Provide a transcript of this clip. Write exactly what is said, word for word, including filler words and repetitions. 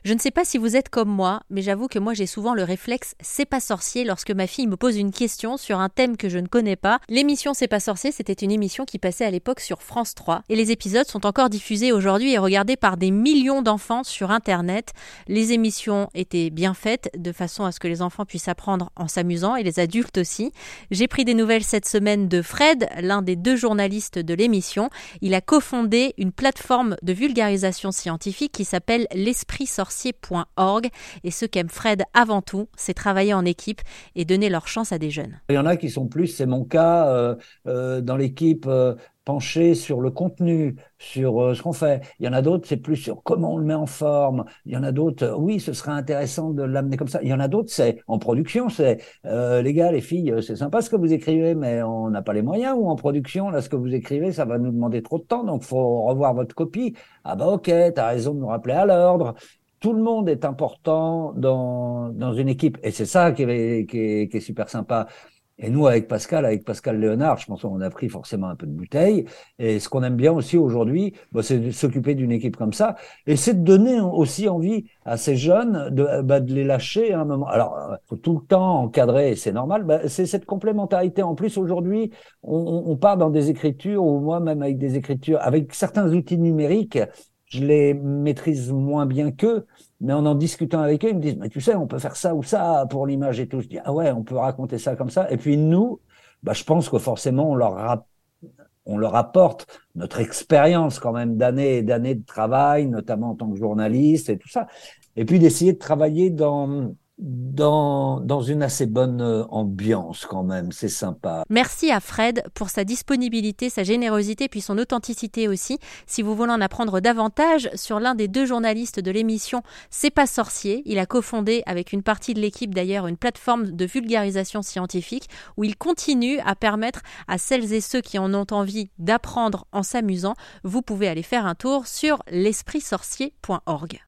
Je ne sais pas si vous êtes comme moi, mais j'avoue que moi j'ai souvent le réflexe « c'est pas sorcier » lorsque ma fille me pose une question sur un thème que je ne connais pas. L'émission C'est pas sorcier, c'était une émission qui passait à l'époque sur France trois et les épisodes sont encore diffusés aujourd'hui et regardés par des millions d'enfants sur Internet. Les émissions étaient bien faites de façon à ce que les enfants puissent apprendre en s'amusant et les adultes aussi. J'ai pris des nouvelles cette semaine de Fred, l'un des deux journalistes de l'émission. Il a cofondé une plateforme de vulgarisation scientifique qui s'appelle l'esprit sorcier point org et ce qu'aime Fred avant tout, c'est travailler en équipe et donner leur chance à des jeunes. Il y en a qui sont plus, c'est mon cas, euh, euh, dans l'équipe euh, penchée sur le contenu, sur euh, ce qu'on fait. Il y en a d'autres, c'est plus sur comment on le met en forme. Il y en a d'autres, euh, oui, ce serait intéressant de l'amener comme ça. Il y en a d'autres, c'est en production, c'est euh, les gars, les filles, c'est sympa ce que vous écrivez, mais on n'a pas les moyens. Ou en production, là, ce que vous écrivez, ça va nous demander trop de temps, donc faut revoir votre copie. Ah bah ok, t'as raison de nous rappeler à l'ordre. Tout le monde est important dans, dans une équipe. Et c'est ça qui est, qui est, qui est super sympa. Et nous, avec Pascal, avec Pascal Léonard, je pense qu'on a pris forcément un peu de bouteille. Et ce qu'on aime bien aussi aujourd'hui, bah, c'est de s'occuper d'une équipe comme ça. Et c'est de donner aussi envie à ces jeunes de, bah, de les lâcher à un moment. Alors, faut tout le temps encadrer, c'est normal. Bah, c'est cette complémentarité. En plus, aujourd'hui, on, on part dans des écritures, ou moi même avec des écritures, avec certains outils numériques, je les maîtrise moins bien qu'eux, mais en en discutant avec eux, ils me disent, mais tu sais, on peut faire ça ou ça pour l'image et tout. Je dis, ah ouais, on peut raconter ça comme ça. Et puis nous, bah, je pense que forcément, on leur, rap- on leur apporte notre expérience quand même d'années et d'années de travail, notamment en tant que journaliste et tout ça. Et puis d'essayer de travailler dans, dans, dans une assez bonne euh, ambiance quand même. C'est sympa. Merci à Fred pour sa disponibilité, sa générosité puis son authenticité aussi. Si vous voulez en apprendre davantage sur l'un des deux journalistes de l'émission C'est pas sorcier, il a cofondé avec une partie de l'équipe d'ailleurs une plateforme de vulgarisation scientifique où il continue à permettre à celles et ceux qui en ont envie d'apprendre en s'amusant. Vous pouvez aller faire un tour sur l'esprit sorcier point org.